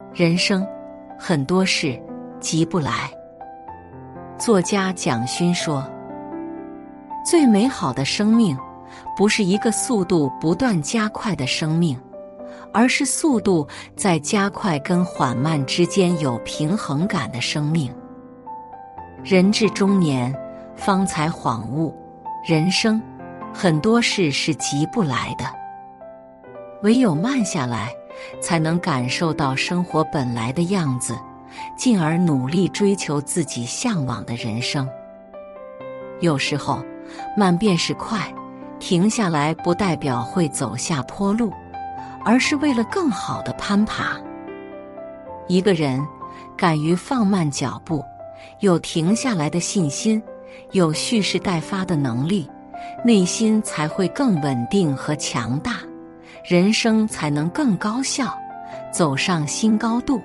人生很多事急不来。作家蒋勋说，最美好的生命不是一个速度不断加快的生命，而是速度在加快跟缓慢之间有平衡感的生命。人至中年方才恍悟，人生很多事是急不来的，唯有慢下来，才能感受到生活本来的样子，进而努力追求自己向往的人生。有时候慢便是快，停下来不代表会走下坡路，而是为了更好的攀爬。一个人敢于放慢脚步，有停下来的信心，有蓄势待发的能力，内心才会更稳定和强大，人生才能更高效，走上新高度。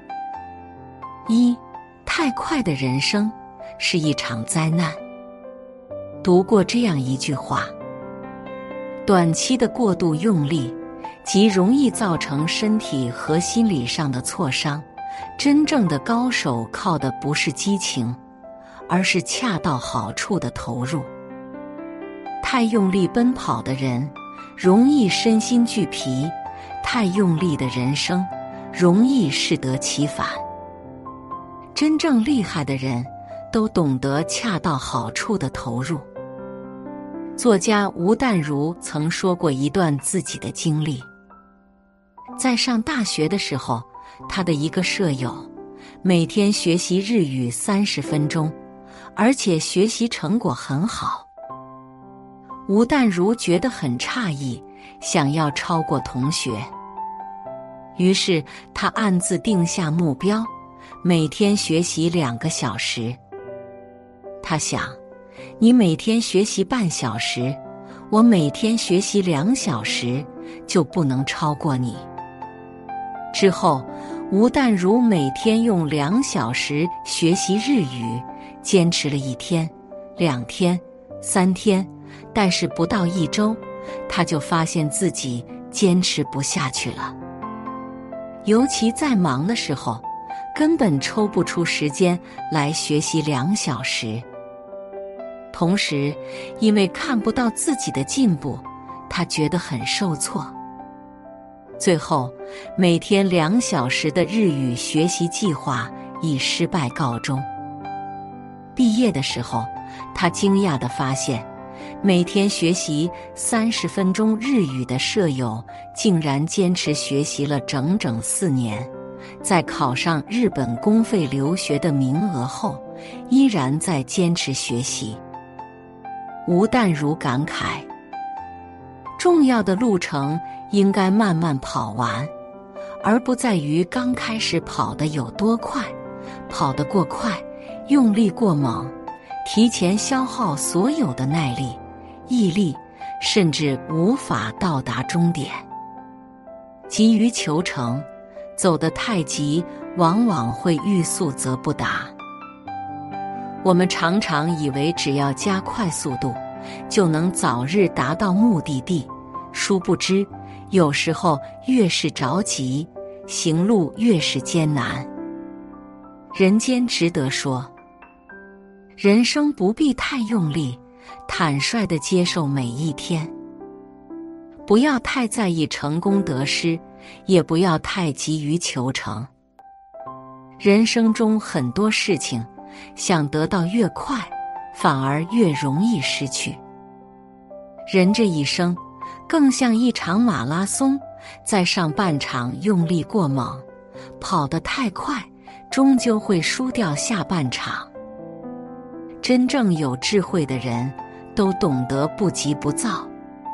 太快的人生是一场灾难。读过这样一句话，短期的过度用力极容易造成身体和心理上的挫伤，真正的高手靠的不是激情，而是恰到好处的投入。太用力奔跑的人容易身心俱疲，太用力的人生容易适得其反。真正厉害的人都懂得恰到好处的投入。作家吴淡如曾说过一段自己的经历，在上大学的时候，他的一个舍友每天学习日语30分钟，而且学习成果很好。吴淡如觉得很诧异，想要超过同学，于是他暗自定下目标，每天学习2个小时。他想，你每天学习半小时，我每天学习2小时，就不能超过你。之后，吴淡如每天用2小时学习日语，坚持了1天、2天、3天，但是不到1周，他就发现自己坚持不下去了。尤其在忙的时候，根本抽不出时间来学习2小时。同时，因为看不到自己的进步，他觉得很受挫。最后，每天2小时的日语学习计划以失败告终。毕业的时候，他惊讶地发现，每天学习30分钟日语的舍友竟然坚持学习了整整4年，在考上日本公费留学的名额后，依然在坚持学习。吴淡如感慨，重要的路程应该慢慢跑完，而不在于刚开始跑得有多快，跑得过快，用力过猛，提前消耗所有的耐力、毅力，甚至无法到达终点。急于求成，走得太急，往往会欲速则不达。我们常常以为只要加快速度，就能早日达到目的地，殊不知，有时候越是着急，行路越是艰难。人间值得说，人生不必太用力，坦率地接受每一天。不要太在意成功得失，也不要太急于求成。人生中很多事情，想得到越快，反而越容易失去。人这一生，更像一场马拉松，在上半场用力过猛，跑得太快，终究会输掉下半场。真正有智慧的人，都懂得不急不躁。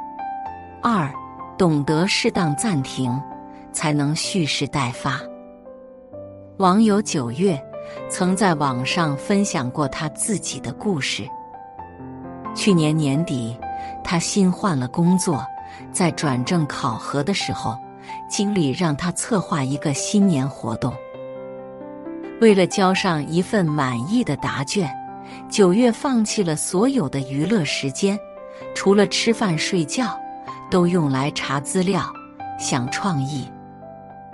懂得适当暂停，才能蓄势待发。网友9月曾在网上分享过他自己的故事。去年年底，他新换了工作，在转正考核的时候，经理让他策划一个新年活动。为了交上一份满意的答卷，9月放弃了所有的娱乐时间，除了吃饭睡觉，都用来查资料、想创意。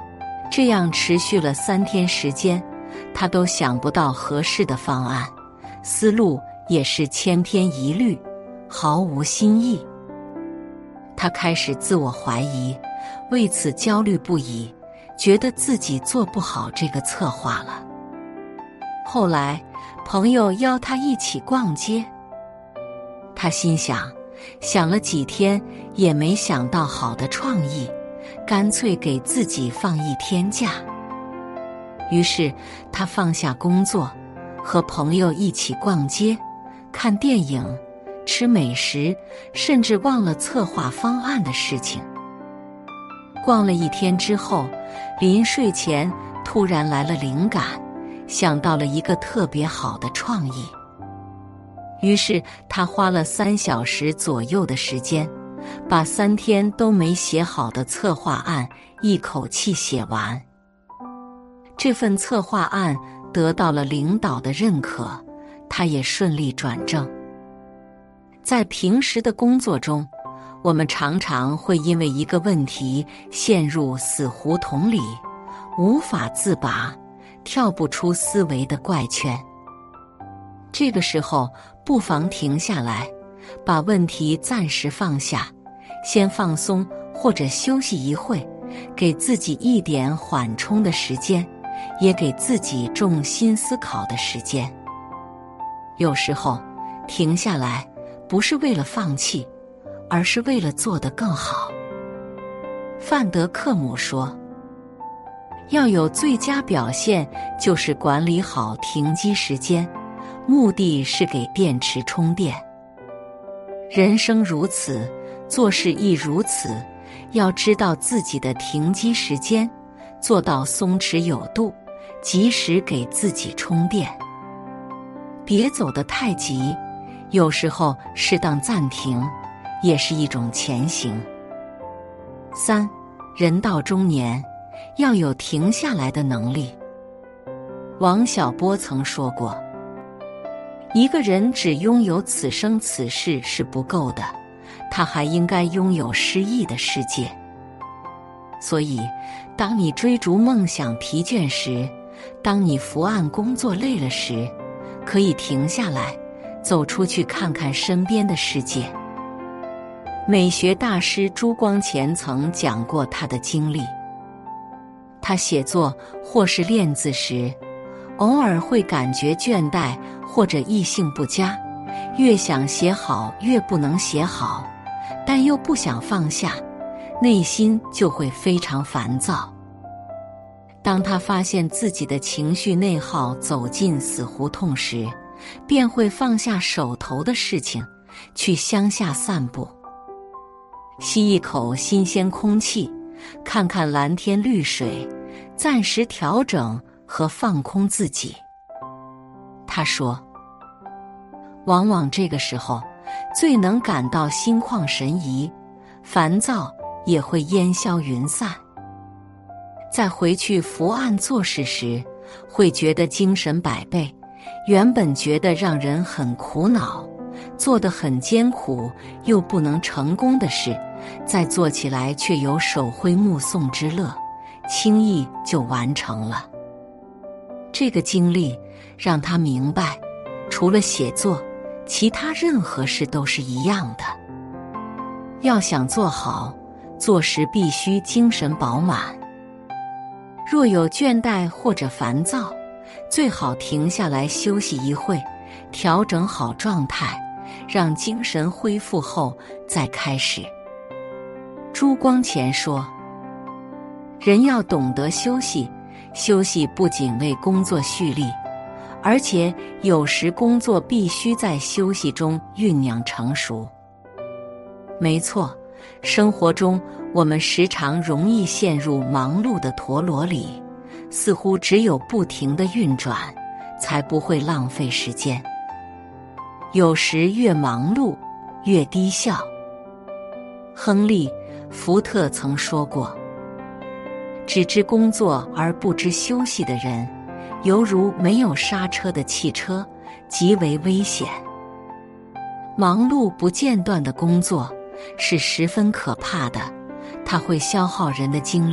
这样持续了3天时间，他都想不到合适的方案，思路也是千篇一律，毫无新意。他开始自我怀疑，为此焦虑不已，觉得自己做不好这个策划了。后来，朋友邀他一起逛街，他心想，想了几天也没想到好的创意，干脆给自己放1天假。于是他放下工作，和朋友一起逛街、看电影、吃美食，甚至忘了策划方案的事情。逛了1天之后，临睡前突然来了灵感，想到了一个特别好的创意。于是他花了3小时左右的时间，把3天都没写好的策划案一口气写完。这份策划案得到了领导的认可，他也顺利转正。在平时的工作中，我们常常会因为一个问题陷入死胡同里，无法自拔，跳不出思维的怪圈。这个时候，不妨停下来，把问题暂时放下，先放松或者休息一会，给自己一点缓冲的时间，也给自己重新思考的时间。有时候，停下来不是为了放弃，而是为了做得更好。范德克姆说，要有最佳表现，就是管理好停机时间，目的是给电池充电。人生如此，做事亦如此，要知道自己的停机时间，做到松弛有度，及时给自己充电。别走得太急，有时候适当暂停也是一种前行。3. 人到中年，要有停下来的能力。王小波曾说过，一个人只拥有此生此世是不够的，他还应该拥有诗意的世界。所以，当你追逐梦想疲倦时，当你伏案工作累了时，可以停下来，走出去看看身边的世界。美学大师朱光潜曾讲过他的经历。他写作或是练字时，偶尔会感觉倦怠或者意兴不佳，越想写好越不能写好，但又不想放下，内心就会非常烦躁。当他发现自己的情绪内耗走进死胡同时，便会放下手头的事情，去乡下散步，吸一口新鲜空气，看看蓝天绿水，暂时调整和放空自己。他说，往往这个时候最能感到心旷神怡，烦躁也会烟消云散。再回去伏案做事时，会觉得精神百倍，原本觉得让人很苦恼，做得很艰苦又不能成功的事，再做起来却有手挥目送之乐，轻易就完成了。这个经历让他明白，除了写作，其他任何事都是一样的。要想做好，做时必须精神饱满。若有倦怠或者烦躁，最好停下来休息一会，调整好状态，让精神恢复后再开始。朱光潜说，人要懂得休息，休息不仅为工作蓄力，而且有时工作必须在休息中酝酿成熟。没错，生活中我们时常容易陷入忙碌的陀螺里，似乎只有不停地运转，才不会浪费时间。有时越忙碌，越低效。亨利·福特曾说过，只知工作而不知休息的人，犹如没有刹车的汽车，极为危险。忙碌不间断的工作是十分可怕的，它会消耗人的精力，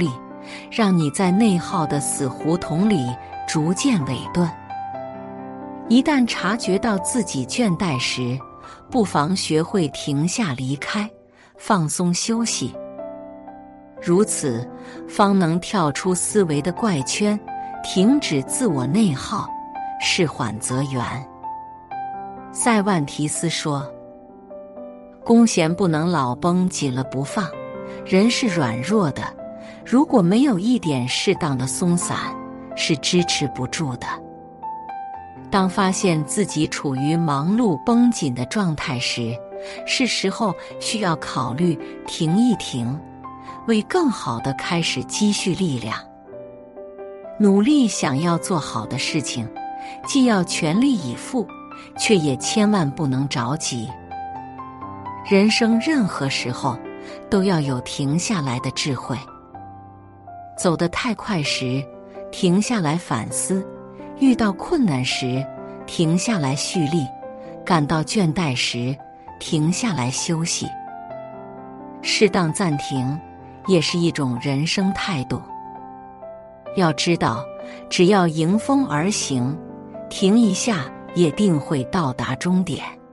让你在内耗的死胡同里逐渐萎顿。一旦察觉到自己倦怠时，不妨学会停下离开，放松休息。如此，方能跳出思维的怪圈，停止自我内耗，事缓则圆。塞万提斯说：弓弦不能老绷紧了不放，人是软弱的，如果没有一点适当的松散，是支持不住的。当发现自己处于忙碌绷紧的状态时，是时候需要考虑停一停，为更好地开始积蓄力量。努力想要做好的事情，既要全力以赴，却也千万不能着急。人生任何时候都要有停下来的智慧。走得太快时，停下来反思；遇到困难时，停下来蓄力；感到倦怠时，停下来休息。适当暂停也是一种人生态度。要知道，只要迎风而行，停一下也定会到达终点。